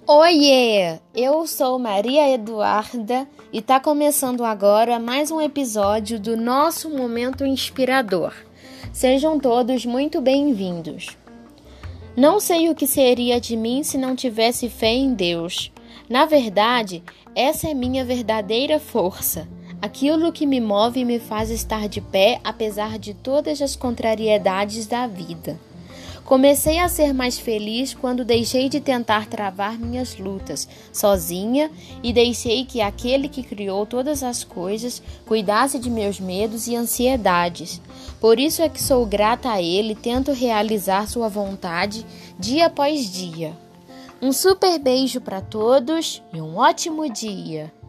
Oiê! Eu sou Maria Eduarda e está começando agora mais um episódio do nosso Momento Inspirador. Sejam todos muito bem-vindos. Não sei o que seria de mim se não tivesse fé em Deus. Na verdade, essa é minha verdadeira força. Aquilo que me move e me faz estar de pé apesar de todas as contrariedades da vida. Comecei a ser mais feliz quando deixei de tentar travar minhas lutas sozinha e deixei que aquele que criou todas as coisas cuidasse de meus medos e ansiedades. Por isso é que sou grata a ele e tento realizar sua vontade dia após dia. Um super beijo para todos e um ótimo dia!